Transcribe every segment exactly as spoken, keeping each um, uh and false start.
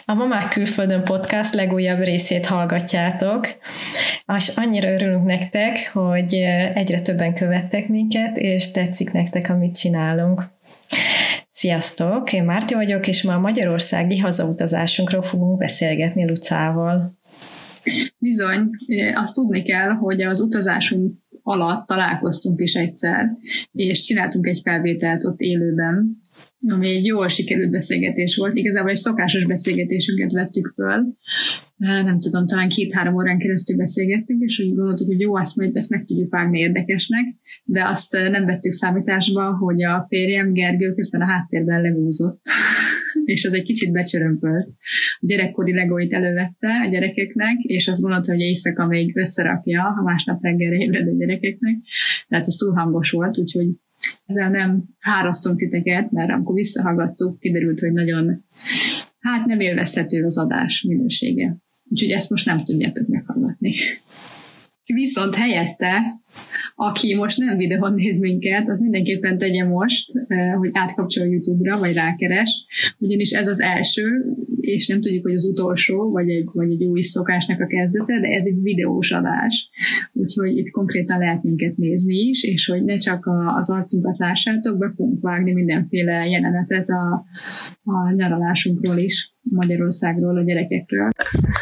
A Mamák Külföldön podcast legújabb részét hallgatjátok, és annyira örülünk nektek, hogy egyre többen követtek minket, és tetszik nektek, amit csinálunk. Sziasztok! Én Márti vagyok, és ma a magyarországi hazautazásunkról fogunk beszélgetni Lucával. Bizony, azt tudni kell, hogy az utazásunk alatt találkoztunk is egyszer, és csináltunk egy felvételt ott élőben, ami egy jól sikerült beszélgetés volt. Igazából egy szokásos beszélgetésünket vettük föl. Nem tudom, talán két-három órán keresztül beszélgettünk, és úgy gondoltuk, hogy jó, azt majd ezt meg tudjuk vágni érdekesnek, de azt nem vettük számításba, hogy a férjem Gergő közben a háttérben legúzott, és az egy kicsit becsörömpölt. A gyerekkori legóit elővette a gyerekeknek, és azt gondolta, hogy éjszaka még összerakja a másnap reggelre ébredő gyerekeknek, tehát ez túl hangos volt, úgyhogy ezzel nem fárasztunk titeket, mert amikor visszahallgattuk, kiderült, hogy nagyon, hát nem élvezhető az adás minősége. Úgyhogy ezt most nem tudjátok meghallgatni. Viszont helyette, aki most nem videón néz minket, az mindenképpen tegye most, hogy átkapcsol YouTube-ra, vagy rákeres, ugyanis ez az első, és nem tudjuk, hogy az utolsó, vagy egy, vagy egy új szokásnak a kezdete, de ez egy videós adás. Úgyhogy itt konkrétan lehet minket nézni is, és hogy ne csak a, az arcunkat lássátok, be fogunk vágni mindenféle jelenetet a, a nyaralásunkról is, Magyarországról, a gyerekekről.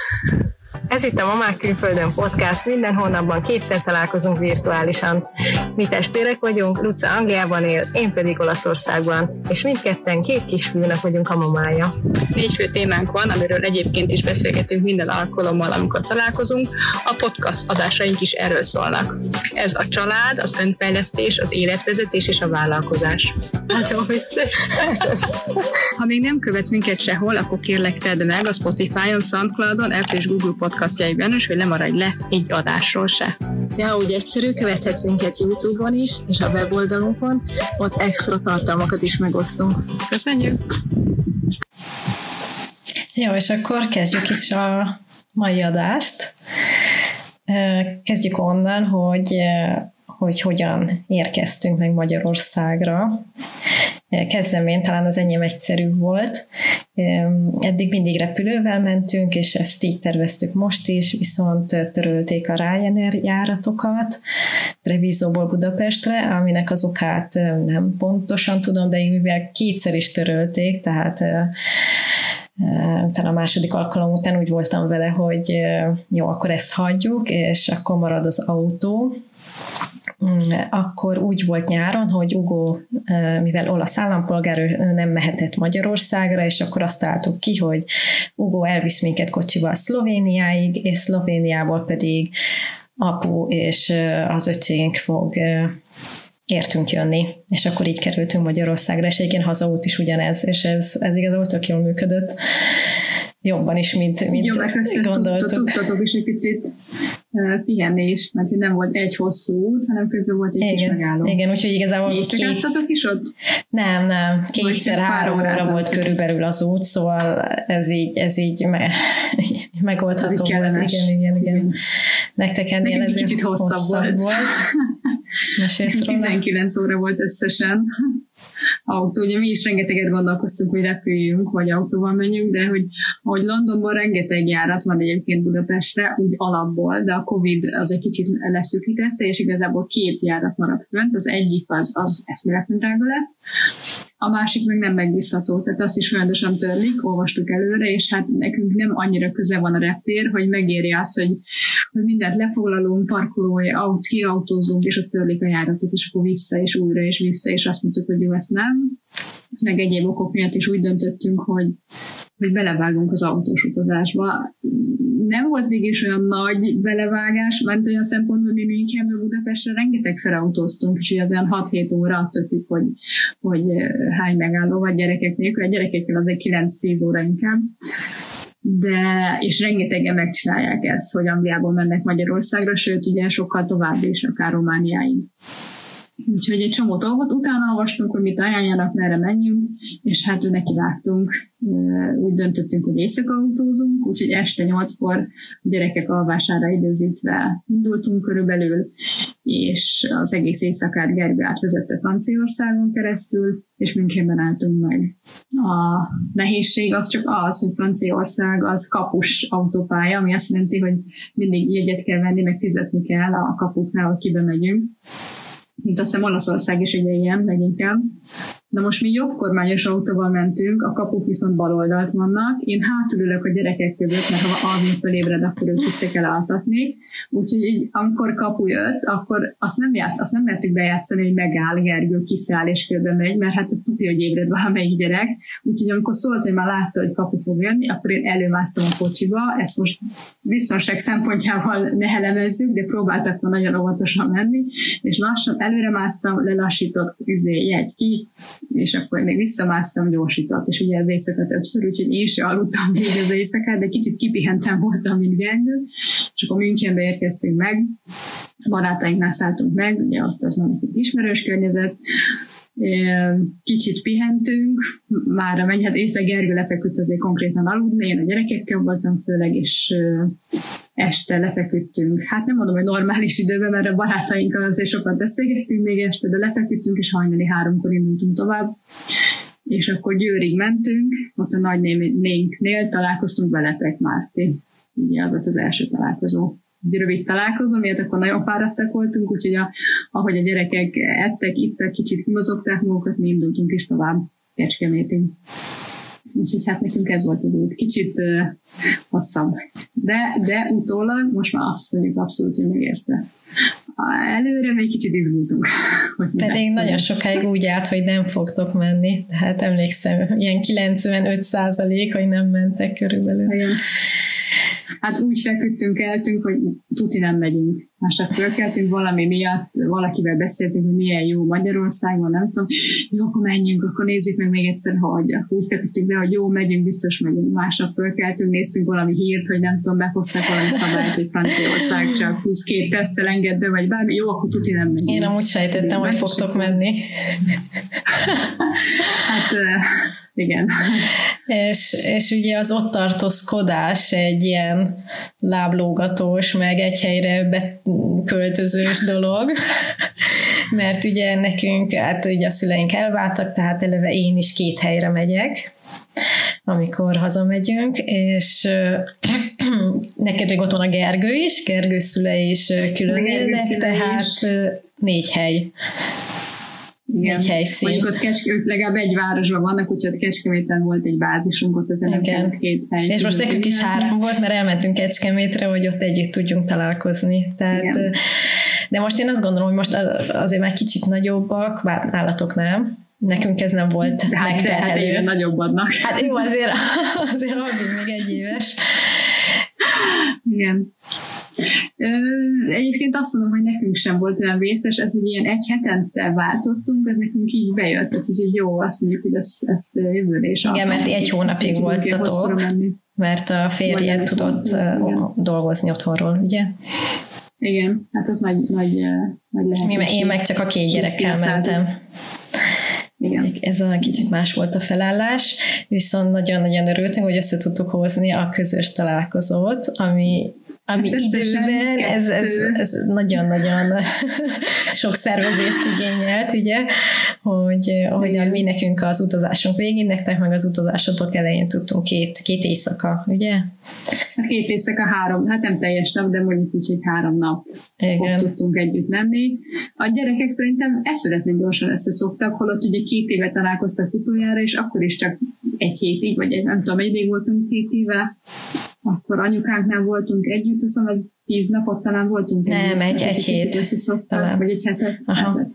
Ez itt a Mamák Külföldön podcast, minden hónapban kétszer találkozunk virtuálisan. Mi testvérek vagyunk, Luca Angliában él, én pedig Olaszországban, és mindketten két kisfiúnak vagyunk a mamája. Négy fő témánk van, amiről egyébként is beszélgetünk minden alkalommal, amikor találkozunk. A podcast adásaink is erről szólnak. Ez a család, az önfejlesztés, az életvezetés és a vállalkozás. Nagyon vicces. Ha még nem követsz minket sehol, akkor kérlek tedd meg a Spotify-on, SoundCloud-on, Apple és Google podcastjaiban is, hogy lemaradj le egy adásról se. Ja, úgy egyszerű, követhetsz minket YouTube-on is, és a weboldalunkon, ott extra tartalmakat is megosztunk. Köszönjük! Jó, és akkor kezdjük is a mai adást. Kezdjük onnan, hogy, hogy hogyan érkeztünk meg Magyarországra. Kezdem én, talán az enyém egyszerű volt. Eddig mindig repülővel mentünk, és ezt így terveztük most is, viszont törölték a Ryanair járatokat Trevisoból Budapestre, aminek az okát nem pontosan tudom, de mivel kétszer is törölték, tehát utána a második alkalom után úgy voltam vele, hogy jó, akkor ezt hagyjuk, és akkor marad az autó. Akkor úgy volt nyáron, hogy Ugo, mivel olasz állampolgár, ő nem mehetett Magyarországra, és akkor azt álltuk ki, hogy Ugo elvisz minket kocsival Szlovéniáig, és Szlovéniából pedig apu és az öcsénk fog értünk jönni, és akkor így kerültünk Magyarországra, és egyébként hazaút is ugyanez, és ez, ez igazából tök jól működött. Jobban is, mint, mint gondoltuk. Tudtatok is egy picit pihenni is, mert nem volt egy hosszú út, hanem közben volt egy igen, kis megálló. Igen, úgyhogy igazából... Éjszakáztatok is ott? Nem, nem. Kétszer-három óra volt körülbelül az út, szóval ez így, ez így me, megoldható volt. Igen, igen, igen. igen. Nektek ennél ez kicsit hosszabb, hosszabb volt. volt. tizenkilenc óra volt összesen. Autó. Ugye mi is rengeteget gondolkoztunk, hogy repüljünk, vagy autóval menjünk, de hogy, hogy Londonból rengeteg járat van egyébként Budapestre, úgy alapból, de a Covid az egy kicsit leszűkítette, és igazából két járat maradt fönt. Az egyik az, az eszméletlen drága lett, a másik meg nem megbízható, tehát azt is folyamatosan törlik, olvastuk előre, és hát nekünk nem annyira közel van a reptér, hogy megéri azt, hogy, hogy mindent lefoglalunk, parkolói, aut, kiautózunk, és ott törlik a járatot, és akkor vissza, és újra, és vissza, és azt mondtuk, hogy jó, ezt nem. Meg egyéb okok miatt is úgy döntöttünk, hogy, hogy belevágunk az autós utazásba. Nem volt végig is olyan nagy belevágás, mert olyan szempontból, hogy mi Münchenből Budapestre rengetegszer autóztunk, és az olyan hat-hét óra attól függ, hogy, hogy hány megálló vagy gyerekek nélkül. A gyerekekkel az egy kilenc-tíz óra inkább. De, és rengetegen megcsinálják ezt, hogy Angliából mennek Magyarországra, sőt, ugye sokkal tovább is, akár Romániáig. úgyhogy egy csomó dolgot utána olvastunk, hogy mit ajánljanak, merre menjünk, és hát nekivágtunk, úgy döntöttünk, hogy éjszaka autózunk, úgyhogy este nyolckor a gyerekek alvására időzítve indultunk körülbelül, és az egész éjszakát Gergő átvezette Franciaországon keresztül, és Münchenben álltunk meg. A nehézség az csak az, hogy Franciaország az kapus autópálya, ami azt jelenti, hogy mindig jegyet kell venni, meg fizetni kell a kapuknál, hogy kibe megyünk. Mint azt hiszem Olaszország is ugye ilyen, leginkább. Na most mi jobb kormányos autóval mentünk, a kapuk viszont bal oldalt vannak. Én hátul ülök a gyerekek között, mert ha aludni fölébred, akkor őt vissza kell altatni. Úgyhogy így, amikor kapu jött, akkor azt nem, ját, azt nem mertük bejátszani, hogy megáll, Gergő kiszáll és körbe megy, mert hát tudja, hogy ébred valamelyik gyerek. Úgyhogy amikor szólt, hogy már látta, hogy kapu fog jönni, akkor én előmásztam a kocsiba. Ezt most biztonság szempontjával ne elemezzük, de próbáltak már nagyon óvatosan menni, és lassan előre másztam, lelassított, üzé, jegy ki, és akkor még visszamásztam, gyorsított, és ugye az éjszaka többször, úgyhogy én sem aludtam még az éjszakát, de kicsit kipihentem voltam, mint Gergő, és akkor Münchenbe érkeztünk meg, barátainknál szálltunk meg, ugye ott az már nekünk ismerős környezet, kicsit pihentünk, már megy, hát észre Gergő lefeküdt azért konkrétan aludni, én a gyerekekkel voltam főleg, és este lefeküdtünk. Hát nem mondom, hogy normális időben, mert a barátainkkal azért sokat beszélgettünk még este, de lefeküdtünk, és hajnali háromkor indultunk tovább. És akkor Győrig mentünk, ott a nagynénknél találkoztunk veletek, Márti. Így adott az első találkozó. Egy rövid találkozó, miért akkor nagyon fáradtak voltunk, úgyhogy a, ahogy a gyerekek ettek, ittak, kicsit kimozogták magukat, mi indultunk is tovább Kecskemétig. Úgyhogy hát nekünk ez volt az út. Kicsit uh, hosszabb. De, de utólag most már azt mondjuk abszolút, hogy megérte. Előre még kicsit izgultunk. Pedig nagyon sokáig úgy állt, hogy nem fogtok menni. Hát emlékszem, ilyen kilencvenöt százalék, hogy nem mentek körülbelül. Igen. Hát úgy feküdtünk, eltünk, hogy tuti nem megyünk. Másnap fölkeltünk valami miatt, valakivel beszéltünk, hogy milyen jó Magyarországon, nem tudom, jó, akkor menjünk, akkor nézzük meg még egyszer, hogy akkor úgy feküdtünk le, hogy jó, megyünk, biztos megyünk. Másnap fölkeltünk, néztünk valami hírt, hogy nem tudom, behozták valami szabályt, hogy Franciaország csak huszonkettő teszttel enged be, vagy bármi, jó, akkor tuti nem megyünk. Én amúgy sejtettem, hogy fogtok menni. Hát... Igen. És, és ugye az ott tartózkodás egy ilyen láblógatós, meg egy helyre beköltözős dolog, mert ugye nekünk, hát ugye a szüleink elváltak, tehát eleve én is két helyre megyek, amikor hazamegyünk, és neked még ott van a Gergő is, Gergő szülei is külön élnek, tehát is. Négy hely. Igen. Egy helyszín. Mondjuk ott Kecskemét, legalább egy városban vannak, úgyhogy ott Kecskeméten volt egy bázisunk, ott ezen nem két hely. És most nekünk is három volt, mert elmentünk Kecskemétre, hogy ott együtt tudjunk találkozni. Tehát, de most én azt gondolom, hogy most azért már kicsit nagyobbak, bár nálatok nem. Nekünk ez nem volt hát, megterhelő. Hát nagyobb adnak. Hát jó, azért, azért adjuk még egy éves. Igen. Egyébként azt mondom, hogy nekünk sem volt olyan vészes, ez egy ilyen egy hetente váltottunk, ez nekünk így bejött, tehát ez így jó, azt mondjuk, hogy ezt, ezt jövőre is. Igen, mert egy hónapig voltatok, mert a férjed tudott igen. dolgozni otthonról, ugye? Igen, hát az nagy, nagy, nagy lehetőség. Én meg csak a két gyerekkel mentem. Igen. Ez a kicsit más volt a felállás, viszont nagyon-nagyon örültünk, hogy össze tudtuk hozni a közös találkozót, ami, ami időben ez, ez, ez nagyon-nagyon sok szervezést igényelt, ugye, hogy, hogy mi nekünk az utazásunk végén, nektek meg az utazásotok elején tudtunk két, két éjszaka, ugye? A két éjszaka három, hát nem teljes nap, de mondjuk úgy, hogy három nap igen. tudtunk együtt menni. A gyerekek szerintem eszületlen gyorsan összeszoktak, holott ugye két éve találkoztak utoljára, és akkor is csak egy hétig, vagy egy, nem tudom, egy ideig voltunk két éve, akkor anyukánknál voltunk együtt, azt mondom, hogy tíz napot talán voltunk együtt. Nem, egy, egy hét. Talán. Vagy egy hetet. hetet.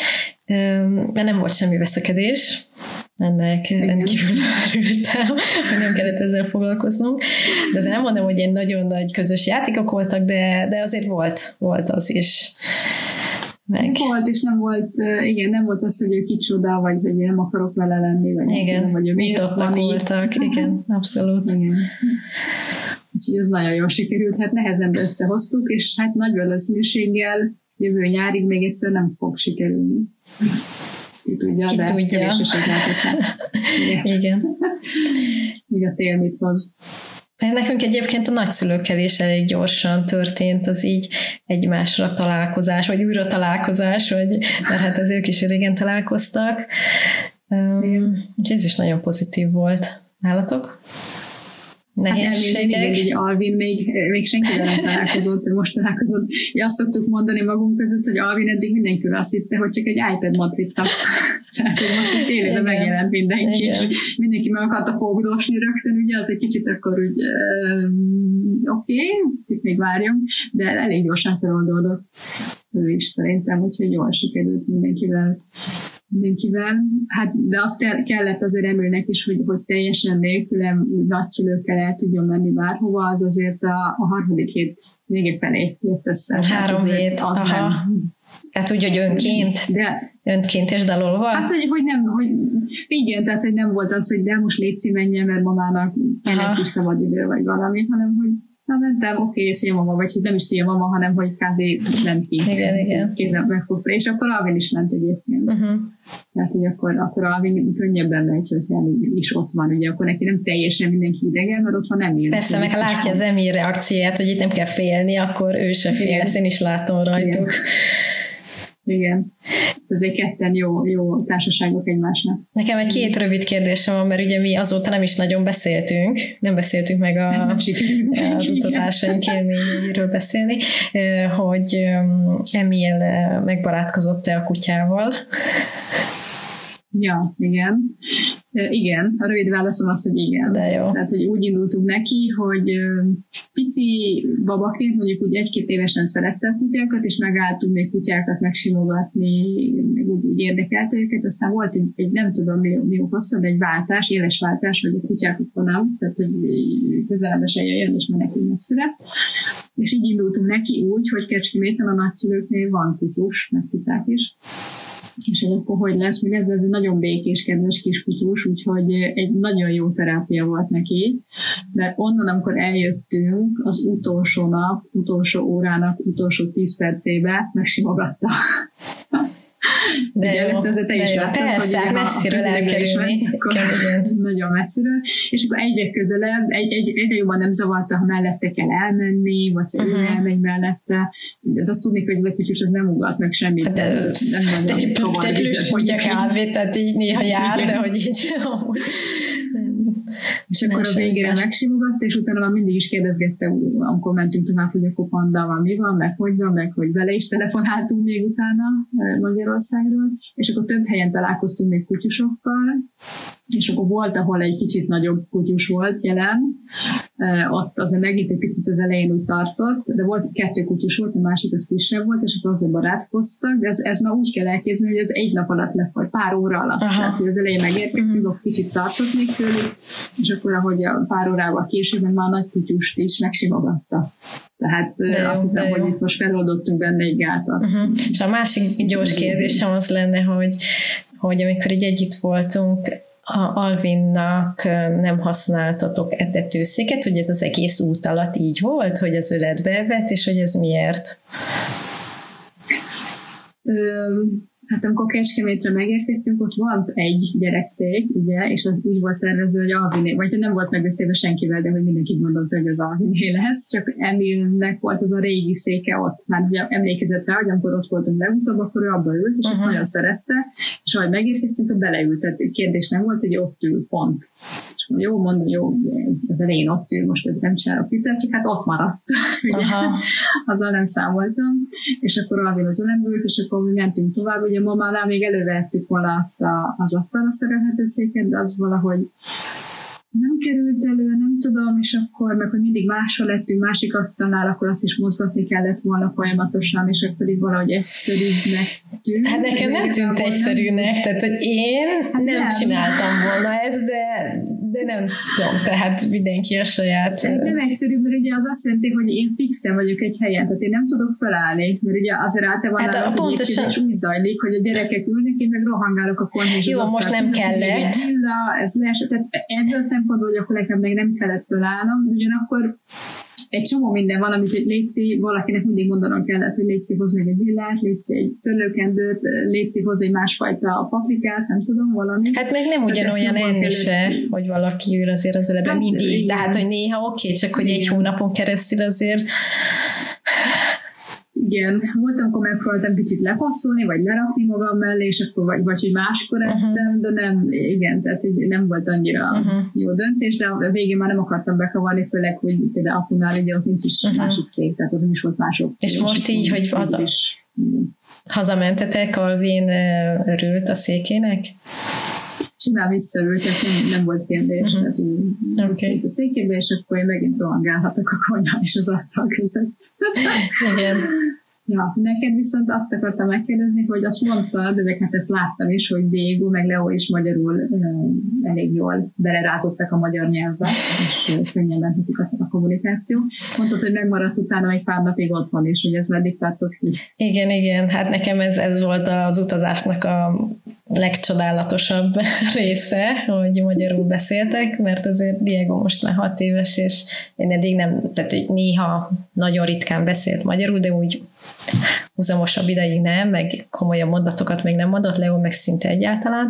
De nem volt semmi veszekedés. Ennek rendkívül örültem, hogy nem kellett ezzel foglalkoznunk. De azért nem mondom, hogy ilyen nagyon nagy közös játékok voltak, de, de azért volt, volt az is. Meg. Volt, és nem volt, igen, nem volt az, hogy ő kicsoda, vagy hogy én nem akarok vele lenni, vagy igen, nem, vagy ő miért van voltak, itt. Igen, abszolút. Igen. Úgyhogy ez nagyon jól sikerült, hát nehezen összehoztuk, és hát nagy valószínűséggel jövő nyárig még egyszer nem fog sikerülni. Ki tudja, Ki de tudja. Igen. Igen. Míg a tél mit hoz. Ez nekünk egyébként a nagyszülőkkel is elég gyorsan történt az így egymásra találkozás, vagy újra találkozás, vagy, mert hát az ők is régen találkoztak. Um, úgyhogy ez is nagyon pozitív volt. Nálatok? Nehézségek? Hát elmény, Alvin még, még senkivel nem találkozott, de most találkozott. Ja, azt szoktuk mondani magunk között, hogy Alvin eddig mindenkivel azt hitte, hogy csak egy iPad matrica. Tehát, hogy most itt élőben megjelent mindenki, és mindenki meg akarta fogdosni rögtön, ugye, az egy kicsit akkor úgy uh, oké, okay, itt még várjunk, de elég gyorsan feloldódott ő is szerintem, úgyhogy jól sikerült mindenkivel. mindenkivel. Hát, de azt kellett azért Emilnek is, hogy, hogy teljesen nélkülem úgy nagyszülőkkel el tudjon menni bárhova, az azért a, a harmadik hét vége felé jött össze. Három hét, az aha. Nem. Tehát úgy, hogy önként, de, önként és dalolva? Hát, hogy, hogy nem, hogy igen, tehát, hogy nem volt az, hogy de most létszi menjen, mert mamának kellett is szabad idő, vagy valami, hanem, hogy na mentem, oké, okay, szia mama, vagy hogy nem is szia mama, hanem hogy kázi ment ki. Igen, igen. Kézzel megfogta, és akkor Alvin is ment egyébként. Uh-huh. Tehát, hogy akkor, akkor Alvin könnyebben megy, hogyha is ott van, ugye akkor neki nem teljesen mindenki idegen, mert ott van Emil. Persze, meg látja az Emil reakcióját, hogy itt nem kell félni, akkor ő se fél, ezt én is látom rajtuk. Igen. Igen. Ezért ketten jó, jó társaságok egymásnak. Nekem egy két rövid kérdésem van, mert ugye mi azóta nem is nagyon beszéltünk, nem beszéltünk meg a, az utazásaink élményeiről beszélni, hogy Emil megbarátkozott-e a kutyával? Ja, igen. Igen, a rövid válaszom az, hogy igen. De jó. Tehát, hogy úgy indultunk neki, hogy pici babaként, mondjuk úgy egy-két évesen szerette a kutyákat, és megálltunk még kutyákat megsimogatni, meg úgy, úgy érdekelte őket, aztán volt egy, egy nem tudom mi, mi hosszabb, egy váltás, éles váltás, hogy a kutyákat vonam, tehát, hogy közelebb se jöjjön, és menekül messzire. És így indultunk neki úgy, hogy Kecskeméten a nagyszülőknél van kutyus, meg cicák is. És ez akkor hogy lesz, még ez, ez egy nagyon békés, kedves kis kutyus, úgyhogy egy nagyon jó terápia volt neki, mert onnan, amikor eljöttünk, az utolsó nap, utolsó órának, utolsó tíz percébe megsimogatta. De jó, jó, de jó. Persze, hát messziről elkerülni. Nagyon messziről. És akkor egyre közelebb, egy, egy, egyre jobban nem zavarta, ha mellette kell elmenni, vagy ha uh-huh. ő elmegy mellette. De azt tudni, hogy ez a kutyus az nem ugat meg semmit. Hát de, nem de egy plüss kutya kávé, tehát így néha jár, de hogy így... És akkor a végére megsimogatta, és utána már mindig is kérdezgette, amikor mentünk tovább, hogy akkor pandával mi van, meg hogy van, meg hogy vele is telefonáltunk még utána Magyarországról, és akkor több helyen találkoztunk még kutyusokkal, és akkor volt, ahol egy kicsit nagyobb kutyus volt jelen, ott azért megint egy picit az elején úgy tartott, de volt kettő kutyus volt, a másik az kisebb volt, és akkor azért barátkoztak, de ez, ez már úgy kell elképzelni, hogy ez egy nap alatt lett, vagy pár óra alatt. Aha. Tehát, hogy az elején megérkeztünk, akkor kicsit tartott még tőlük, és akkor, ahogy a pár órával később már a nagy kutyust is megsimogatta. Tehát de azt jó, hiszem, hogy itt most feloldottunk benne egy gátat. Uh-huh. És a másik gyors kérdésem az lenne, hogy, hogy amikor így együtt voltunk, a Alvinnak nem használtatok etetőszéket, hogy ez az egész út alatt így volt, hogy az öletbe vett, és hogy ez miért? Um. Hát amikor Kecskemétre megérkeztünk, ott volt egy gyerekszék, ugye, és az úgy volt tervező, hogy Alviné, vagy nem volt megbeszélve senkivel, de hogy mindenki gondolta, hogy az Alviné lesz, csak Emilnek volt az a régi széke ott. Már ugye emlékezett rá, hogy amikor ott voltunk legutóbb, akkor ő abba ült, és uh-huh. ezt nagyon szerette, és ahogy megérkeztünk, akkor beleült, tehát kérdés nem volt, hogy ott ül, pont. És mondja, jó, mondom, jó, az elején ott ül, most nem csinálok Peter, csak hát ott maradt. Uh-huh. Azzal nem számoltam, és akkor Alvin az ölembe ült, és akkor mi mentünk tovább, ugye mamánál még elővettük volna azt a, az asztalra szerelhető széket, de az valahogy nem került elő, nem tudom, és akkor, meg hogy mindig máshol lettünk, másik asztalnál, akkor azt is mozgatni kellett volna folyamatosan, és akkor így valahogy egyszerűbbnek tűnt. Hát nekem nem tűnt egyszerűnek, nem... tehát hogy én hát nem, nem csináltam volna ezt, de, de nem tudom, tehát mindenki a saját... Nem egyszerű, mert ugye az azt jelenti, hogy én fixen vagyok egy helyen, tehát én nem tudok felállni, mert ugye azért általában hát a pontosan... és úgy zajlik, hogy a gyerekek ülnek, én meg rohangálok a konyhás. Jó, most nem kellett. Ez leesett, tehát ezzel szempontból, hogy akkor nekem még nem kellett felállnom, ugyanakkor egy csomó minden van, amit létszi, valakinek mindig mondanom kellett, hogy létszi, hoz meg egy villát, létszi egy törlőkendőt, létszi, hoz egy másfajta paprikát, nem tudom, valami. Hát meg nem ugyanolyan enni se, hogy valaki ül azért az öletben hát, mindig. Igen. Tehát, hogy néha oké, csak hogy igen. Egy hónapon keresztül azért... Igen, voltam, amikor megpróbáltam kicsit lepasszolni, vagy lerakni magam mellé, és akkor vagy, vagy hogy máskor ettem, uh-huh. de nem, igen, tehát nem volt annyira uh-huh. jó döntés, de a végén már nem akartam bekavarni, főleg, hogy például apunál ugye ott nincs is uh-huh. másik szék, tehát ott nem is volt más opció. És most így, hogy haza, is, hazamentetek, Alvin örült a székének? Simán visszaült, tehát nem, nem volt kérdés, uh-huh. tehát úgy okay. a székébe, és akkor én megint rohangálhatok a konyhán és az asztal között. Igen. Ja, neked viszont azt akartam megkérdezni, hogy azt mondtad, de hát ezt láttam is, hogy Diego meg Leo is magyarul uh, elég jól belerázottak a magyar nyelvbe, és uh, könnyen menthetik a, a kommunikáció. Mondtad, hogy megmaradt utána egy pár napig otthon is, hogy ez meddig tartott ki. Igen, igen, hát nekem ez, ez volt az utazásnak a legcsodálatosabb része, hogy magyarul beszéltek, mert azért Diego most már hat éves, és én eddig nem, tehát hogy néha nagyon ritkán beszélt magyarul, de úgy húzamosabb ideig nem, meg komolyabb mondatokat még nem mondott, Leo meg szinte egyáltalán.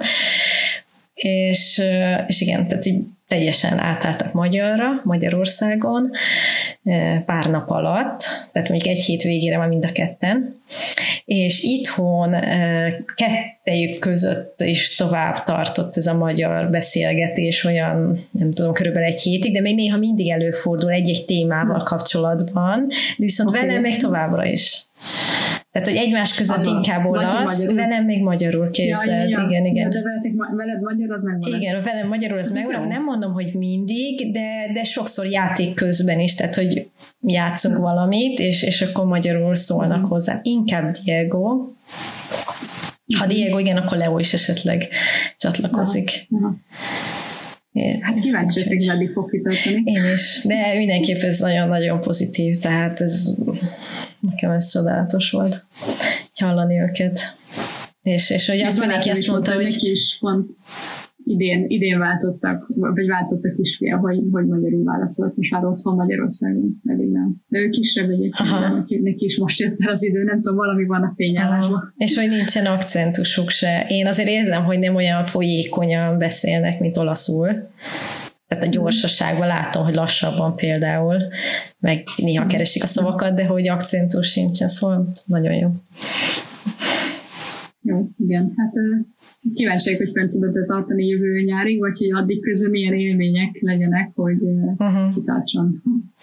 És, és igen, tehát így teljesen átálltak magyarra, Magyarországon pár nap alatt, tehát mondjuk egy hét végére már mind a ketten, és itthon kettejük között is tovább tartott ez a magyar beszélgetés olyan, nem tudom, körülbelül egy hétig, de még néha mindig előfordul egy-egy témával kapcsolatban, de viszont okay. velem még továbbra is. Tehát, hogy egymás között azaz, inkább olasz, velem még magyarul képzeld. Ja, ja, ja. Igen, igen. De veletek, veled magyar az megvan. Igen, velem magyarul az megvan. Nem mondom, hogy mindig, de, de sokszor játék közben is, tehát, hogy játszunk hmm. valamit, és, és akkor magyarul szólnak hmm. hozzá. Inkább Diego. Ha Diego, igen, akkor Leo is esetleg csatlakozik. Aha. Aha. Yeah. Hát kíváncsi, hogy meddig fog kitartani. Én is, de mindenképp ez nagyon-nagyon pozitív, tehát ez nekem ez csodálatos volt, hallani őket. És, és hogy azt mindenki azt mondta, hogy... Neki is pont idén, idén váltottak, vagy váltottak kisfia, hogy, hogy magyarul válaszolt, most már otthon Magyarországon, pedig nem. De ő kisebb egyébként, neki, neki is most jött el az idő, nem tudom, valami van a fényállásban. És hogy nincsen akcentusuk se. Én azért érzem, hogy nem olyan folyékonyan beszélnek, mint olaszul. Tehát a gyorsaságban látom, hogy lassabban például, meg néha keresik a szavakat, de hogy akcentus sincsen, szóval nagyon jó. Jó, igen. Hát kíváncsiak, hogy fent tudod tartani jövő nyárig, vagy hogy addig közben milyen élmények legyenek, hogy uh-huh. kitartson.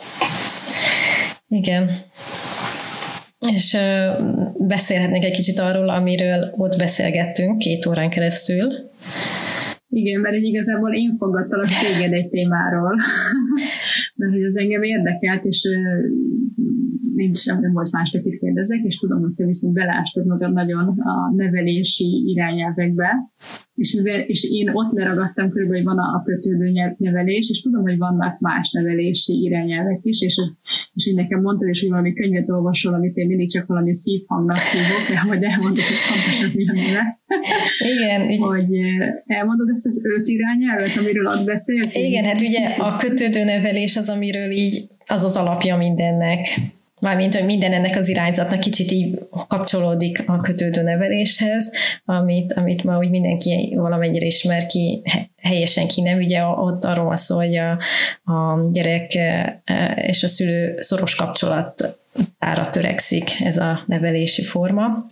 Igen. És uh, beszélhetnék egy kicsit arról, amiről ott beszélgettünk két órán keresztül. Igen, mert igazából én fogadtalak téged egy témáról, mert hogy az engem érdekelt, és nincs, nem volt más, akit kérdezek, és tudom, hogy te viszont belástad magad nagyon a nevelési irányelvekbe, és, mivel, és én ott leragadtam körülbelül, hogy van a, a kötődő nevelés, és tudom, hogy vannak más nevelési irányelvek is, és, és így nekem mondtad is, hogy valami könyvet olvasol, amit én mindig csak valami szívhangnak hívok, de majd elmondod, hogy pontosan milyen neve. Igen. Ügy... Hogy elmondod ezt az öt irányelvet, amiről ott beszélsz? Igen, hát ugye a kötődő nevelés az, amiről így az az alapja mindennek. Mármint, hogy minden ennek az irányzatnak kicsit így kapcsolódik a kötődő neveléshez, amit, amit ma úgy mindenki valamennyire ismer ki, helyesen ki nem. Ugye ott arról van szó, hogy a, a gyerek és a szülő szoros kapcsolatára törekszik ez a nevelési forma.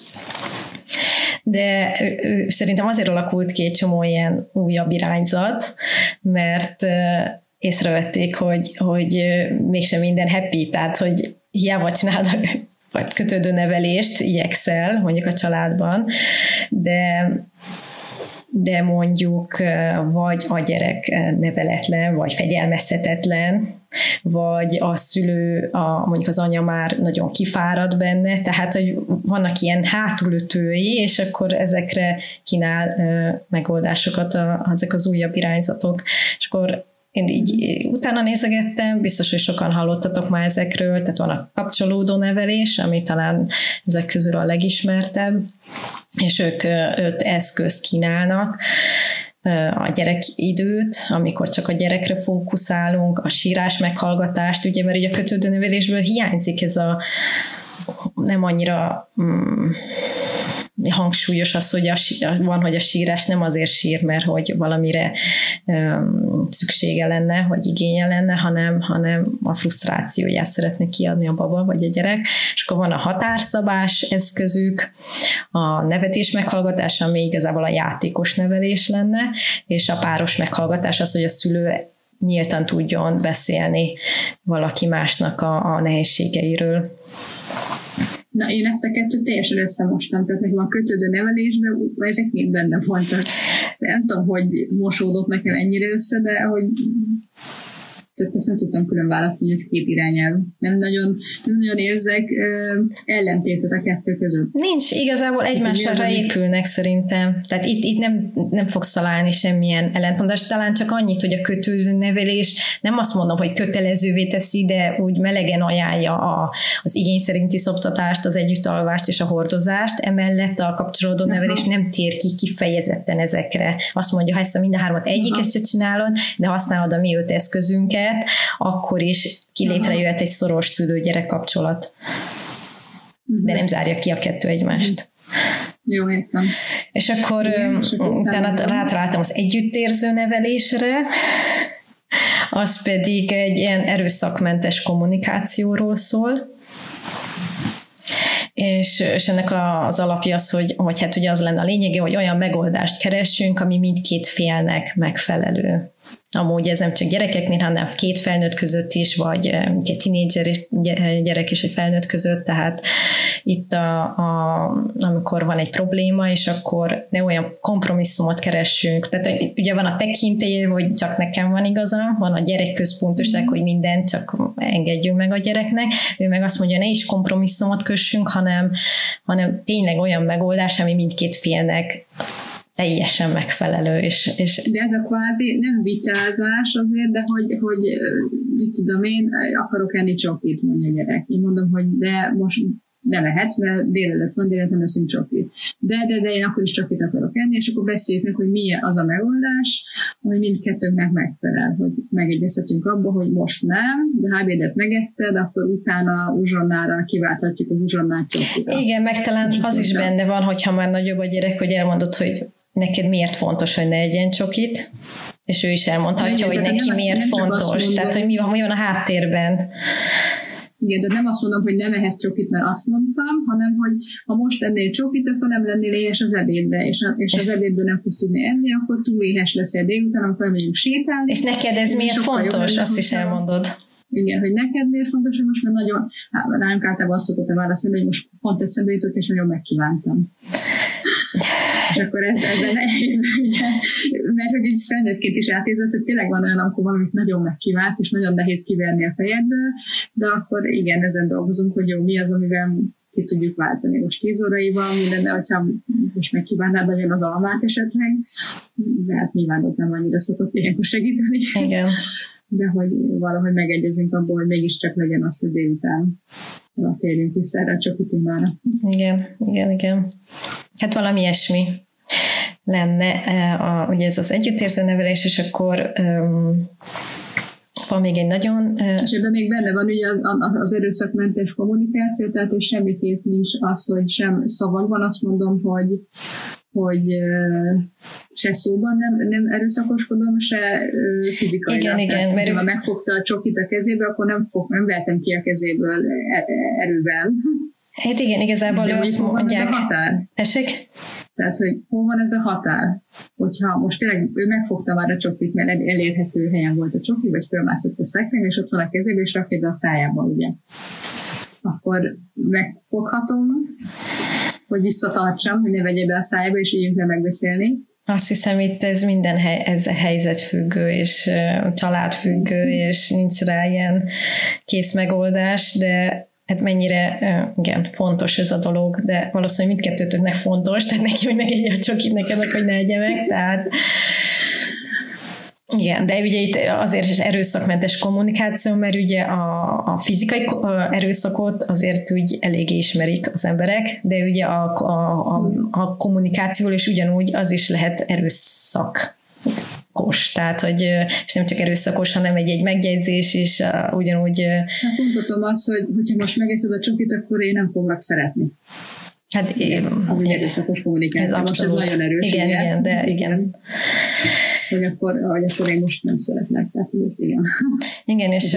De ő, ő, szerintem azért alakult ki egy csomó ilyen újabb irányzat, mert észrevették, hogy, hogy mégsem minden happy, tehát hogy hiába csinálod vagy kötődő nevelést, igyekszel mondjuk a családban, de, de mondjuk vagy a gyerek neveletlen, vagy fegyelmezhetetlen, vagy a szülő, a, mondjuk az anya már nagyon kifárad benne, tehát hogy vannak ilyen hátulütői, és akkor ezekre kínál megoldásokat a, ezek az újabb irányzatok, és akkor én így utána nézegettem, biztos, hogy sokan hallottatok már ezekről, tehát van a kapcsolódó nevelés, ami talán ezek közül a legismertebb, és ők öt eszközt kínálnak, a gyerekidőt, amikor csak a gyerekre fókuszálunk, a sírás meghallgatást, ugye, mert ugye a kötődőnevelésből hiányzik ez a nem annyira mm, hangsúlyos az, hogy a, van, hogy a sírás nem azért sír, mert hogy valamire um, szüksége lenne, vagy igénye lenne, hanem, hanem a frusztrációját szeretne kiadni a baba, vagy a gyerek. És akkor van a határszabás eszközük, a nevetés meghallgatás, ami igazából a játékos nevelés lenne, és a páros meghallgatás az, hogy a szülő nyíltan tudjon beszélni valaki másnak a, a nehézségeiről. Na, én ezt a kettőt teljesen összemostam, tehát nekem a kötődő nevelésben ezek mind benne voltak. Nem tudom, hogy mosódott nekem ennyire össze, de hogy tehát ezt nem tudtam külön válaszolni, hogy ez két irányelv. Nem nagyon, nem nagyon érzek uh, ellentétet a kettő között. Nincs, igazából egymásra épülnek szerintem. Tehát itt, itt nem, nem fogsz találni semmilyen ellentmondást. Talán csak annyit, hogy a kötődő nevelés nem azt mondom, hogy kötelezővé teszi, de úgy melegen ajánlja a, az igény szerinti szoptatást, az együttalvást és a hordozást. Emellett a kapcsolódó nevelés nem tér ki kifejezetten ezekre. Azt mondja, ha ezt a mind a hármat egyiket se csinálod, de használod a mi öt eszközünket, akkor is kilétrejöhet egy szoros szülő-gyerek kapcsolat. De nem zárja ki a kettő egymást. Jó, értem. És akkor utána rátaláltam az együttérző nevelésre, az pedig egy ilyen erőszakmentes kommunikációról szól. És, és ennek az alapja az, hogy vagy hát ugye az lenne a lényege, hogy olyan megoldást keressünk, ami mindkét félnek megfelelő. Amúgy ez nem csak gyerekeknél, hanem két felnőtt között is, vagy egy tínédzser gyerek és egy felnőtt között, tehát itt a, a, amikor van egy probléma, és akkor ne olyan kompromisszumot keressünk. Tehát ugye van a tekintély, hogy csak nekem van igazam, van a gyerekközpontoság, hogy mindent csak engedjünk meg a gyereknek, ő meg azt mondja, ne is kompromisszumot kössünk, hanem, hanem tényleg olyan megoldás, ami mindkét félnek teljesen megfelelő. És, és de ez a kvázi nem vitázás azért, de hogy, hogy mit tudom én, akarok enni csokit, mondja a gyerek. Én mondom, hogy de most nem ehetsz, mert délelőtt van, délelőtt nem eszünk csokit. De, de, de én akkor is csokit akarok enni, és akkor beszéljük meg, hogy mi az a megoldás, ami mindkettőnknek megfelel, hogy megegyezhetünk abba, hogy most nem, de ha ebédet megetted, akkor utána uzsonnára kiválthatjuk az uzsonnát csokira. Igen, meg talán az is benne van, hogyha már nagyobb a gyerek, hogy elmondod, hogy neked miért fontos, hogy ne egyen csokit, és ő is elmondhatja, igen, hogy neki nem, miért nem fontos, tehát hogy mi van, mi van a háttérben. Igen, de nem azt mondom, hogy nem ehhez csokit, mert azt mondtam, hanem, hogy ha most ennél csokit, akkor nem lennél éhes az ebédre, és, a, és az ebédből nem fogsz tudni enni, akkor túl éhes leszel délután, amikor elmegyünk sétálni. És neked ez miért fontos, azt is elmondod. Igen, hogy neked miért fontos, hogy most már nagyon, hát nálunk általában azt szokott a válaszolni, hogy most pont eszembe jutott, és nagyon megkívántam. És akkor ez, ebben nehéz, ugye, mert hogy így felnőttként is átérzett, hogy tényleg van olyan, amikor valamit nagyon megkívánsz, és nagyon nehéz kiverni a fejedből, de akkor igen, ezen dolgozunk, hogy jó, mi az, amivel ki tudjuk váltani. Most tíz óraival, mi lenne, hogyha most megkívánnád nagyon az almát esetleg, de hát nyilván az nem annyira szokott ilyenkor segíteni. Igen. De hogy valahogy megegyezünk abból, hogy mégiscsak legyen az, hogy délután térjünk vissza erre a csokitémára. Igen, igen, igen. Hát valami ilyesmi lenne, a, ugye ez az együttérző nevelés, és akkor um, van még egy nagyon... Uh, és ebben még benne van ugye az, az erőszakmentes kommunikáció, tehát hogy semmiképp nincs az, hogy sem szavakban azt mondom, hogy hogy uh, se szóban nem, nem erőszakoskodom, se uh, fizikailag. Igen, igen. Mert ha megfogta a csokit a kezébe, akkor nem, fog, nem vertem ki a kezéből erővel. Hát igen, igazából ő azt mondják... Ez a határ? Tessék? Tehát, hogy hol van ez a határ? Hogyha most tényleg ő megfogta már a csokit, mert elérhető helyen volt a csoki, vagy fölmászott a szekrény, és ott van a kezébe, és rakja be a szájába, ugye. Akkor megfoghatom, hogy visszatartsam, hogy ne vegye be a szájába, és ígyünk le megbeszélni. Azt hiszem, itt ez minden hely, ez helyzetfüggő, és uh, családfüggő, és nincs rá ilyen kész megoldás, de hát mennyire, uh, igen, fontos ez a dolog, de valószínűleg mindkettőtöknek fontos, tehát neki, hogy megegye a csokit, neked meg, hogy ne egye meg, tehát igen, de ugye itt azért is erőszakmentes kommunikáció, mert ugye a, a fizikai erőszakot azért úgy eléggé ismerik az emberek, de ugye a, a, a, a kommunikációval is ugyanúgy az is lehet erőszak. erőszakos. Tehát, hogy és nem csak erőszakos, hanem egy-egy megjegyzés is uh, ugyanúgy... Hát mondhatom azt, hogy hogyha most megeszed a csokit, akkor én nem foglak szeretni. Hát én... Az egy erőszakos kommunikáció. Ez most ez nagyon erős. Igen, igen, igen, de igen. Hogy akkor, hogy akkor én most nem szeretlek. Tehát ez igen. Igen, és...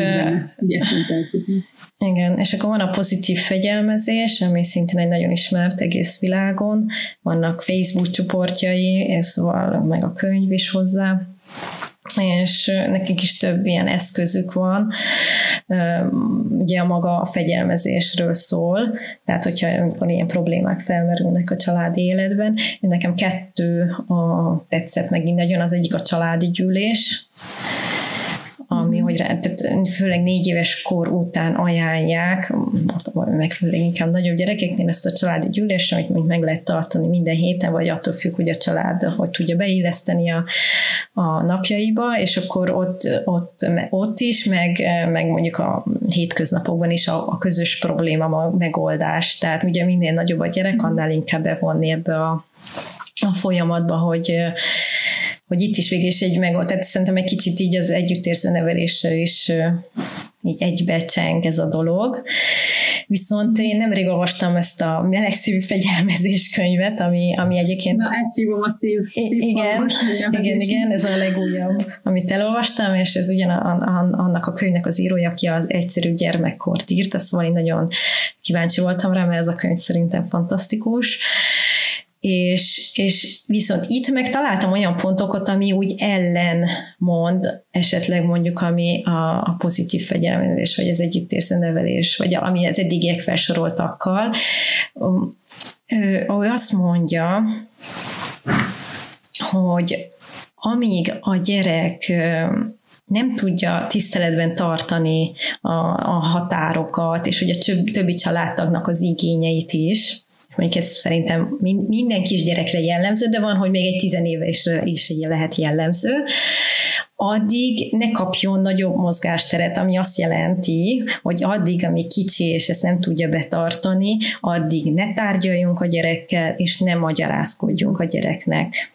Igen, és akkor van a pozitív fegyelmezés, ami szintén egy nagyon ismert egész világon. Vannak Facebook csoportjai, ez van, meg a könyv is hozzá. És nekik is több ilyen eszközük van. Ugye a maga a fegyelmezésről szól, tehát hogyha amikor ilyen problémák felmerülnek a családi életben, nekem kettő a, tetszett megint nagyon, az egyik a családi gyűlés, ami, hogy rá, tehát főleg négy éves kor után ajánlják, meg főleg inkább nagyobb gyerekeknél ezt a családi gyűlést, amit mondjuk meg lehet tartani minden héten, vagy attól függ, hogy a család hogy tudja beilleszteni a, a napjaiba, és akkor ott, ott, ott is, meg, meg mondjuk a hétköznapokban is a, a közös probléma a megoldás. Tehát ugye minél nagyobb a gyerek, annál inkább bevonni ebbe a, a folyamatba, hogy hogy itt is végül is egy megold. Tehát szerintem egy kicsit így az együttérző neveléssel is így egybecseng ez a dolog. Viszont én nemrég olvastam ezt a melegszívű fegyelmezés könyvet, ami, ami egyébként... Na, ezt hívom a szív, szív igen, igen, igen, ez a legújabb, amit elolvastam, és ez ugyan a, a, annak a könyvnek az írója, aki az Egyszerű gyermekkort írta, szóval én nagyon kíváncsi voltam rá, mert ez a könyv szerintem fantasztikus. És, és viszont itt meg találtam olyan pontokat, ami úgy ellen mond, esetleg mondjuk, ami a, a pozitív fegyelmezés, vagy az együttérző nevelés, vagy ami az eddigiek felsoroltakkal. Ő, ő azt mondja, hogy amíg a gyerek nem tudja tiszteletben tartani a, a határokat, és hogy a többi családtagnak az igényeit is, mondjuk ez szerintem minden kisgyerekre jellemző, de van, hogy még egy tizenévesre is lehet jellemző, addig ne kapjon nagyobb mozgásteret, ami azt jelenti, hogy addig, ami kicsi, és ezt nem tudja betartani, addig ne tárgyaljunk a gyerekkel, és ne magyarázkodjunk a gyereknek.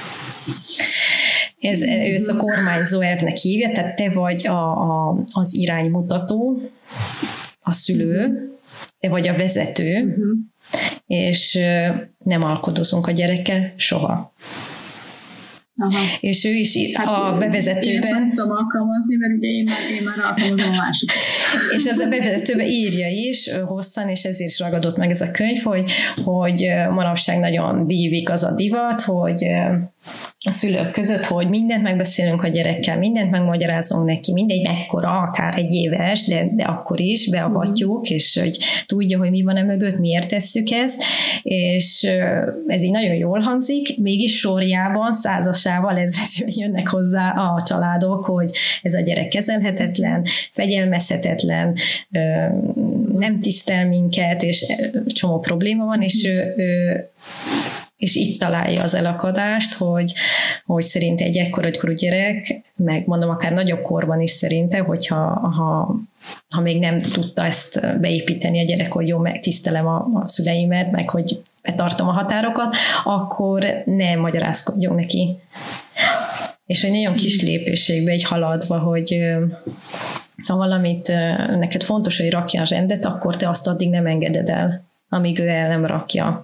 Ez, ez a kormányzó elvnek hívja, tehát te vagy a, a, az iránymutató, a szülő, te vagy a vezető, uh-huh. és nem alkudozunk a gyerekkel soha. Aha. És ő is hát a bevezetőben... Én nem tudom alkalmazni, mert ugye én már, én már alkalmazom a másik. És az a bevezetőben írja is hosszan, és ezért is ragadott meg ez a könyv, hogy, hogy manapság nagyon dívik az a divat, hogy a szülők között, hogy mindent megbeszélünk a gyerekkel, mindent megmagyarázunk neki, mindegy mekkora, akár egy éves, de, de akkor is beavatjuk, mm. és hogy tudja, hogy mi van e mögött, miért tesszük ezt, és ez így nagyon jól hangzik, mégis sorjában, százasával ezredben jönnek hozzá a családok, hogy ez a gyerek kezelhetetlen, fegyelmezhetetlen, nem tisztel minket, és csomó probléma van, és ő, ő és itt találja az elakadást, hogy, hogy szerint egy ekkora gyerek, meg mondom, akár nagyobb korban is szerinte, hogyha ha, ha még nem tudta ezt beépíteni a gyerek, hogy jó, megtisztelem a, a szüleimet, meg hogy betartom a határokat, akkor nem magyarázkodjunk neki. És hogy nagyon kis lépésségbe egy haladva, hogy ha valamit neked fontos, hogy rakjan rendet, akkor te azt addig nem engeded el, amíg ő el nem rakja.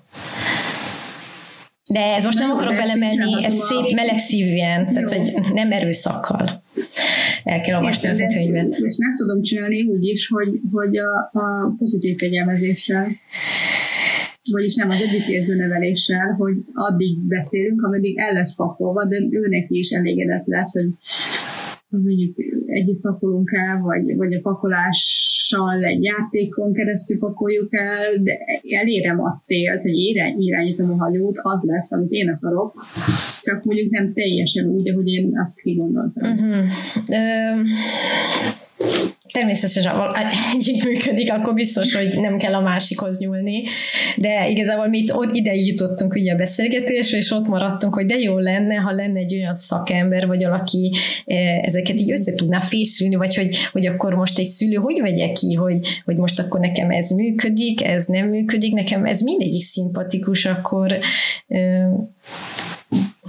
De ez most nem, nem akarok belemenni, ez szép melegszívűen, tehát hogy nem erőszakkal. El kell olvasni ezt a könyvet. És meg tudom csinálni úgy is, hogy, hogy a, a pozitív fegyelmezéssel, vagyis nem az együttérző neveléssel, hogy addig beszélünk, ameddig el lesz pakolva, de ő neki is elégedett lesz, hogy mondjuk együtt pakolunk el, vagy, vagy a pakolással egy játékon keresztül pakoljuk el, de elérem a célt, hogy irány, irányítom a hajót, az lesz, amit én akarok, csak mondjuk nem teljesen úgy, ahogy én azt kigondoltam. Uh-huh. Uh, természetesen, ha egyik működik, akkor biztos, hogy nem kell a másikhoz nyúlni, de igazából mi ott ideig jutottunk ugye a beszélgetésre, és ott maradtunk, hogy de jó lenne, ha lenne egy olyan szakember, vagy valaki ezeket így össze tudná fésülni, vagy hogy, hogy akkor most egy szülő hogy vegye ki, hogy, hogy most akkor nekem ez működik, ez nem működik, nekem ez mindegyik szimpatikus, akkor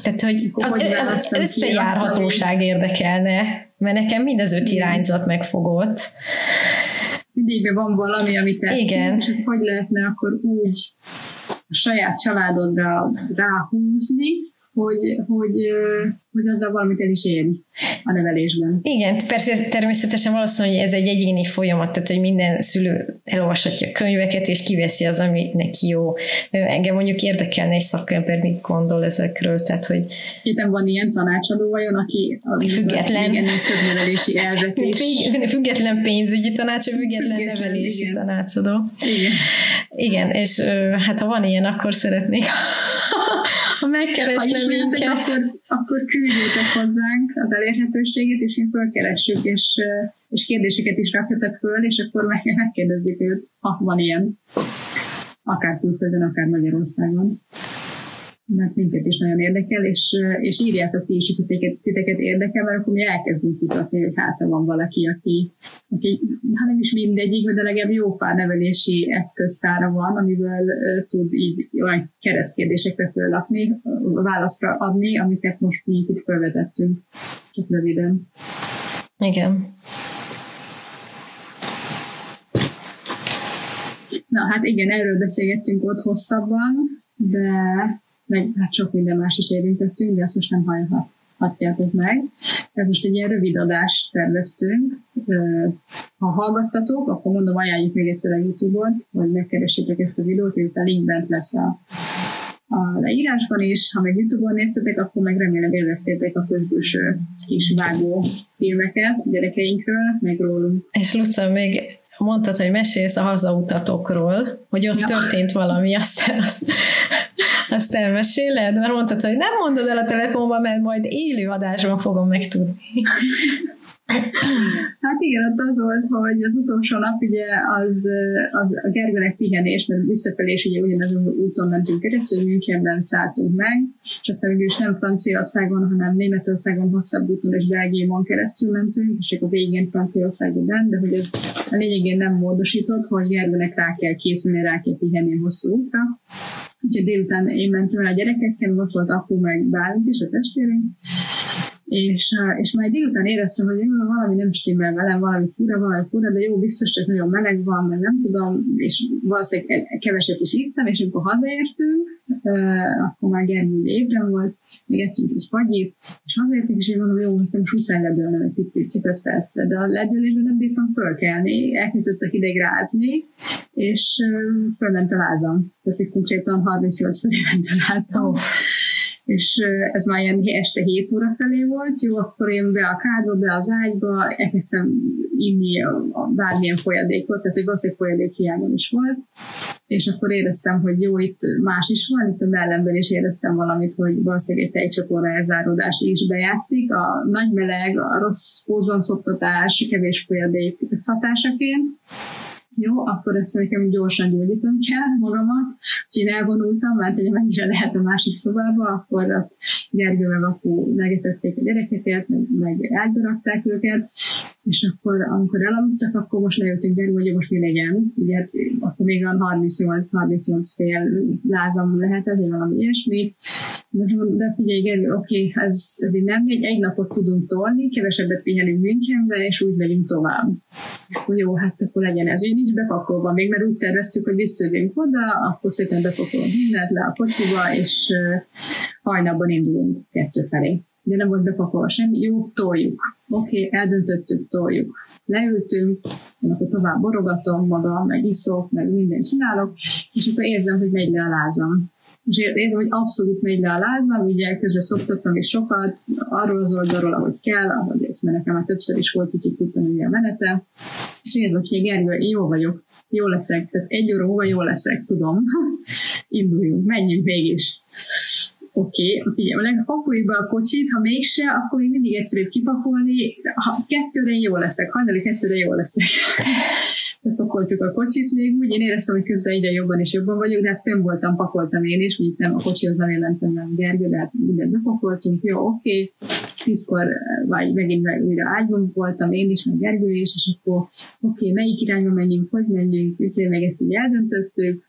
Tehát, hogy az, az, az összejárhatóság érdekelne, mert nekem mind az öt irányzat megfogott. Mindig van valami, amit tetszik, és ez hogy lehetne akkor úgy a saját családodra ráhúzni, hogy, hogy, hogy azzal valamit el is ér a nevelésben. Igen, persze természetesen valószínűleg, hogy ez egy egyéni folyamat, tehát hogy minden szülő elolvashatja a könyveket, és kiveszi az, ami neki jó. Engem mondjuk érdekelne egy szakember, mit gondol ezekről, tehát hogy... Héten van ilyen tanácsadó vajon, aki független, igen, több nevelési elvek is. Független pénzügyi tanácsadó, független, független nevelési igen. tanácsadó. Igen. Igen, és hát ha van ilyen, akkor szeretnék ha megkeresne minket. Akkor, akkor küldjétek hozzánk az elérhetőséget, és én fölkeressük, és, és kérdéseket is rakjatok föl, és akkor meg, megkérdezzük őt, ha van ilyen. Akár külföldön, akár Magyarországon. Mert minket is nagyon érdekel, és, és írjátok ki is, hogy titeket, titeket érdekel, mert akkor mi elkezdünk kutatni, hogy hát van valaki, aki, aki hát nem is mindegyik, de legalább jó pár nevelési eszköztára van, amiből uh, tud így olyan keresztkérdésekre föllapni, válaszra adni, amiket most mi itt felvetettünk. Csak röviden. Igen. Na hát igen, erről beszélgettünk ott hosszabban, de meg hát sok minden más is érintettünk, de azt most nem hallhatjátok meg. Ez most egy ilyen rövid adást terveztünk. Ha hallgattatok, akkor mondom, ajánljuk még egyszer a YouTube-ot, hogy megkeressétek ezt a videót, és a link bent lesz a, a leírásban is. Ha meg YouTube-on néztetek, akkor meg remélem élveztétek a közbülső kis vágó filmeket gyerekeinkről, meg rólunk. És Luca, még mondtad, hogy mesélsz a hazautatokról, hogy ott ja. történt valami, aztán azt, azt elmeséled, mert mondtad, hogy nem mondod el a telefonban, mert majd élő adásban fogom megtudni. Hát igen, ott az volt, hogy az utolsó nap ugye az, az a Gergőnek pihenés, mert visszafelé is ugye ugyanazon úton mentünk keresztül, Münchenben szálltunk meg, és aztán ugye is nem Franciaországon, hanem Németországon hosszabb úton és Belgiumon keresztül mentünk, és akkor végén Franciaországon bent, de hogy ez a lényegén nem módosított, hogy Gergőnek rá kell készülni, rá kell pihenni a hosszú útra. Úgyhogy délután én mentem el a gyerekekkel, ott volt apu meg Bálint is, a testvérünk, És, és majd délután éreztem, hogy jó, valami nem stimmel velem, valami fura, valami fura, de jó, biztos, csak nagyon meleg van, meg nem tudom, és valószínűleg keveset is ittam, és amikor hazaértünk, akkor már Gergő ébren volt, még ettünk is fagyit, és hazaértünk, és én mondom, jó, nekem is muszáj ledőlnem egy picit, csak öt percre, de a ledőlésben nem bírtam fölkelni, elkezdett ideg rázni, és fölment a lázam. Tehát így konkrétan harmincnyolc felé ment a lázam. Oh. És ez már ilyen este hét óra felé volt, jó, akkor én be a kádba, be az ágyba, elkezdtem inni a, a bármilyen folyadékot, tehát hogy valószínűleg folyadék hiányom is volt, és akkor éreztem, hogy jó, itt más is van, itt a mellemben is éreztem valamit, hogy valószínűleg egy tejcsatorna elzáródás is bejátszik, a nagy meleg, a rossz pózban szoktatás, kevés folyadék hatásaként. Jó, akkor ezt nekem gyorsan gyógyítom kell magamat, úgyhogy én elvonultam, mert hogy mennyire lehet a másik szobába, akkor a Gergő meg apu megetették a gyerekeket, meg, meg ágyba rakták őket, és akkor, amikor elaludtak, akkor most lejöttünk Gergő, hogy most mi legyen. Ugye hát, akkor még a harmincnyolc harmincnyolc fél lázam lehetett, vagy valami ilyesmi. De, de figyelj, Gergő, oké, okay, ez, ez így nem megy, egy napot tudunk tolni, kevesebbet pihenünk Münchenbe, és úgy megyünk tovább. Akkor jó, hát akkor legyen ez. Így nincs bepakolva még, mert úgy terveztük, hogy visszajövünk oda, akkor szépen bepakolom mindent le a kocsiba, és uh, hajnalban indulunk kettő felé. De nem volt bepakolva semmi, jó, toljuk. Oké, okay, eldöntöttük, toljuk. Leültünk, én akkor tovább borogatom magam, meg iszok, meg mindent csinálok, és akkor érzem, hogy megy le a lázam. És érzem, hogy abszolút megy le a lázam, ugye közben szoktattam is sokat, arról az oldalról, ahogy kell, ahogy ez, mert nekem már többször is volt, úgyhogy tudtam, hogy a menete. És érzem, hogy Gergő, jó vagyok, jó leszek, tehát egy óra múlva jó leszek, tudom. Induljunk, menjünk mégis. Oké, okay, figyelj, pakoljuk be a kocsit, ha mégse, akkor még mindig egyszerűbb kipakolni, ha kettőre jó leszek, hajnali kettőre jó leszek. Pakoltuk a kocsit még úgy, én éreztem, hogy közben egyre jobban és jobban vagyok, de hát fenn voltam, pakoltam én is, úgy nem a kocsihoz nem jelentem, nem Gergő, de hát mindent bepakoltunk, jó, oké, okay. Tízkor vagy megint meg újra ágyban voltam én is, meg Gergő is, és akkor oké, okay, melyik irányba menjünk, hogy menjünk, viszont meg ezt így eldöntöttük, és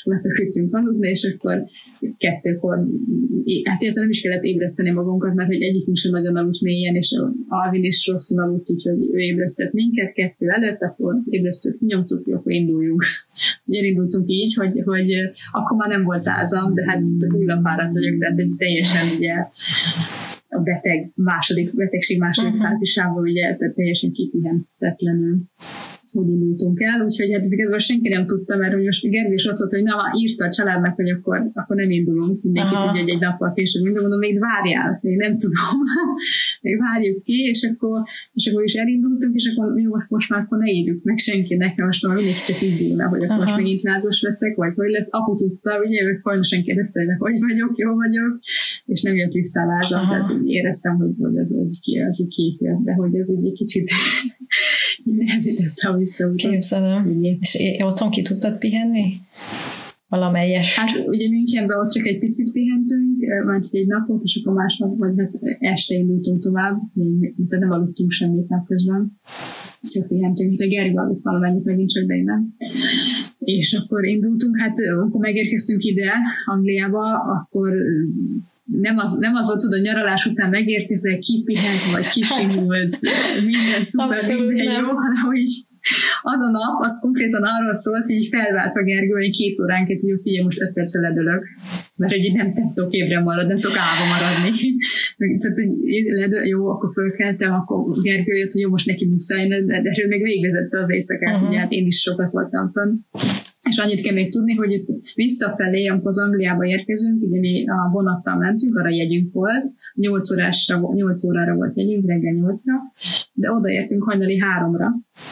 lefeküdtünk aludni, és akkor kettőkor, hát illetve nem is kellett ébreszteni magunkat, mert hogy egyikünk sem nagyon aludt mélyen, és Alvin is rosszul aludt, úgyhogy ő ébresztett minket kettő előtt, akkor ébresztőt kinyomtuk, akkor induljunk. Ugye elindultunk így, hogy, hogy akkor már nem volt lázam, de hát hullapárat vagyok, tehát hogy teljesen ugye a beteg második, betegség második uh-huh. fázisában ugye, tehát teljesen kipihentetlenül úgy indultunk el, úgyhogy hát ez igazából senki nem tudta, mert hogy most Gergő is ott volt, hogy na, írta a családnak, hogy akkor, akkor nem indulunk, mindenki Aha. tudja, hogy egy nappal később indulunk, mondom, még várjál, még nem tudom, még várjuk ki, és akkor, és akkor is elindultunk, és akkor jó, most már akkor ne írjuk meg senkinek, most már mindig csak indulna, hogy akkor Aha. most megint lázos leszek, vagy hogy lesz, apu tudta, ugye ő folyamatosan kérdezte, hogy hogy vagyok, jó vagyok, és nem jött vissza a lázam, tehát éreztem, hogy, hogy az, az ki, az ki, de hogy ez egy kicsit nehezítettem vissza. Képzelem. És otthon ki tudtad pihenni? Valamelyest? Hát ugye Münchenben ott csak egy picit pihentünk, már egy napot, és akkor másnap, vagy hát este indultunk tovább, de nem aludtunk semmit napközben. Csak pihentünk, de Gergő aludt valamennyit, megint csak, de én nem. És akkor indultunk, hát akkor megérkeztünk ide, Angliába, akkor nem az, nem az volt, tudod, nyaralás után megérkezel, kipihent, vagy kisimult, minden szuper, minden jó, hanem hogy az a nap, az konkrétan arról szólt, hogy így felváltva Gergő, hogy két óránként, hogy figyelj, most öt perccel ledölök, mert hogy nem tudok ébren maradni, nem tudok álva maradni. Tehát, hogy ledöl, jó, akkor fölkeltem, akkor Gergő jött, hogy jó, most neki muszáj, de, de ő még végigvezette az éjszakát, uh-huh. ugye hát én is sokat voltam fönn. És annyit kell még tudni, hogy itt visszafelé, amikor az Angliába érkezünk, ugye mi a vonattal mentünk, arra jegyünk volt, nyolc órásra, nyolc órára volt jegyünk, reggel nyolcra, de odaértünk hajnali háromra.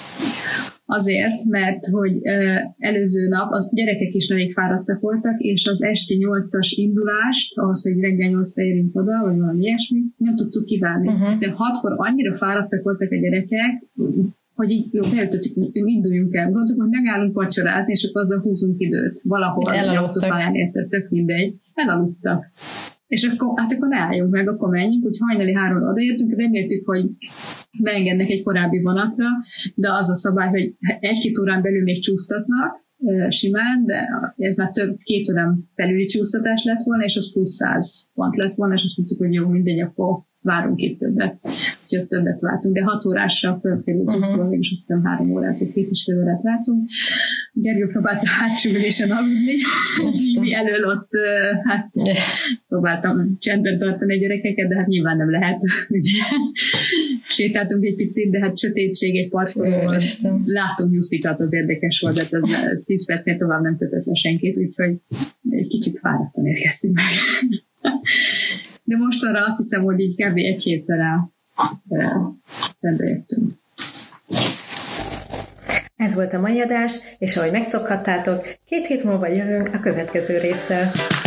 Azért, mert hogy előző nap az gyerekek is elég fáradtak voltak, és az esti nyolcas indulást, ahhoz, hogy reggel nyolcra érünk oda, vagy valami ilyesmi, nem tudtuk kivárni. Uh-huh. Ezért hatkor annyira fáradtak voltak a gyerekek, hogy így jó, felütöttük, hogy induljunk el. Gondoltuk, hogy megállunk vacsorázni, és akkor azzal húzunk időt. Valahol a autópályán érted, tök mindegy. Elaludtak. És akkor, hát akkor ne álljunk meg, akkor menjünk, hogy hajnali háromra odaértünk, reméltük, hogy beengednek egy korábbi vonatra, de az a szabály, hogy egy-két órán belül még csúsztatnak, simán, de ez már több, két órán belüli csúsztatás lett volna, és az plusz száz pont lett volna, és azt mondtuk, hogy jó, mindegy, akkor várunk itt többet. Úgyhogy többet vártunk, de hat órásra fölkerültünk, uh-huh. szóval mégis azt hiszem három órát, vagy két és fél órát vártunk. Gergő próbálta hátsülésen aludni, mi elől ott, hát próbáltam csendben tartani a gyerekeket, de hát nyilván nem lehet, ugye. Sétáltunk egy picit, de hát sötétség egy parkolóban. Láttunk Jusszikat, az érdekes volt, de az tíz percnél tovább nem kötött le senkit, úgyhogy egy kicsit fáradtan érkeztünk meg. De most arra azt hiszem, hogy így kb. Egy hétre rá rendbe jöttünk. Ez volt a mai adás, és ahogy megszokhattátok, két hét múlva jövünk a következő résszel.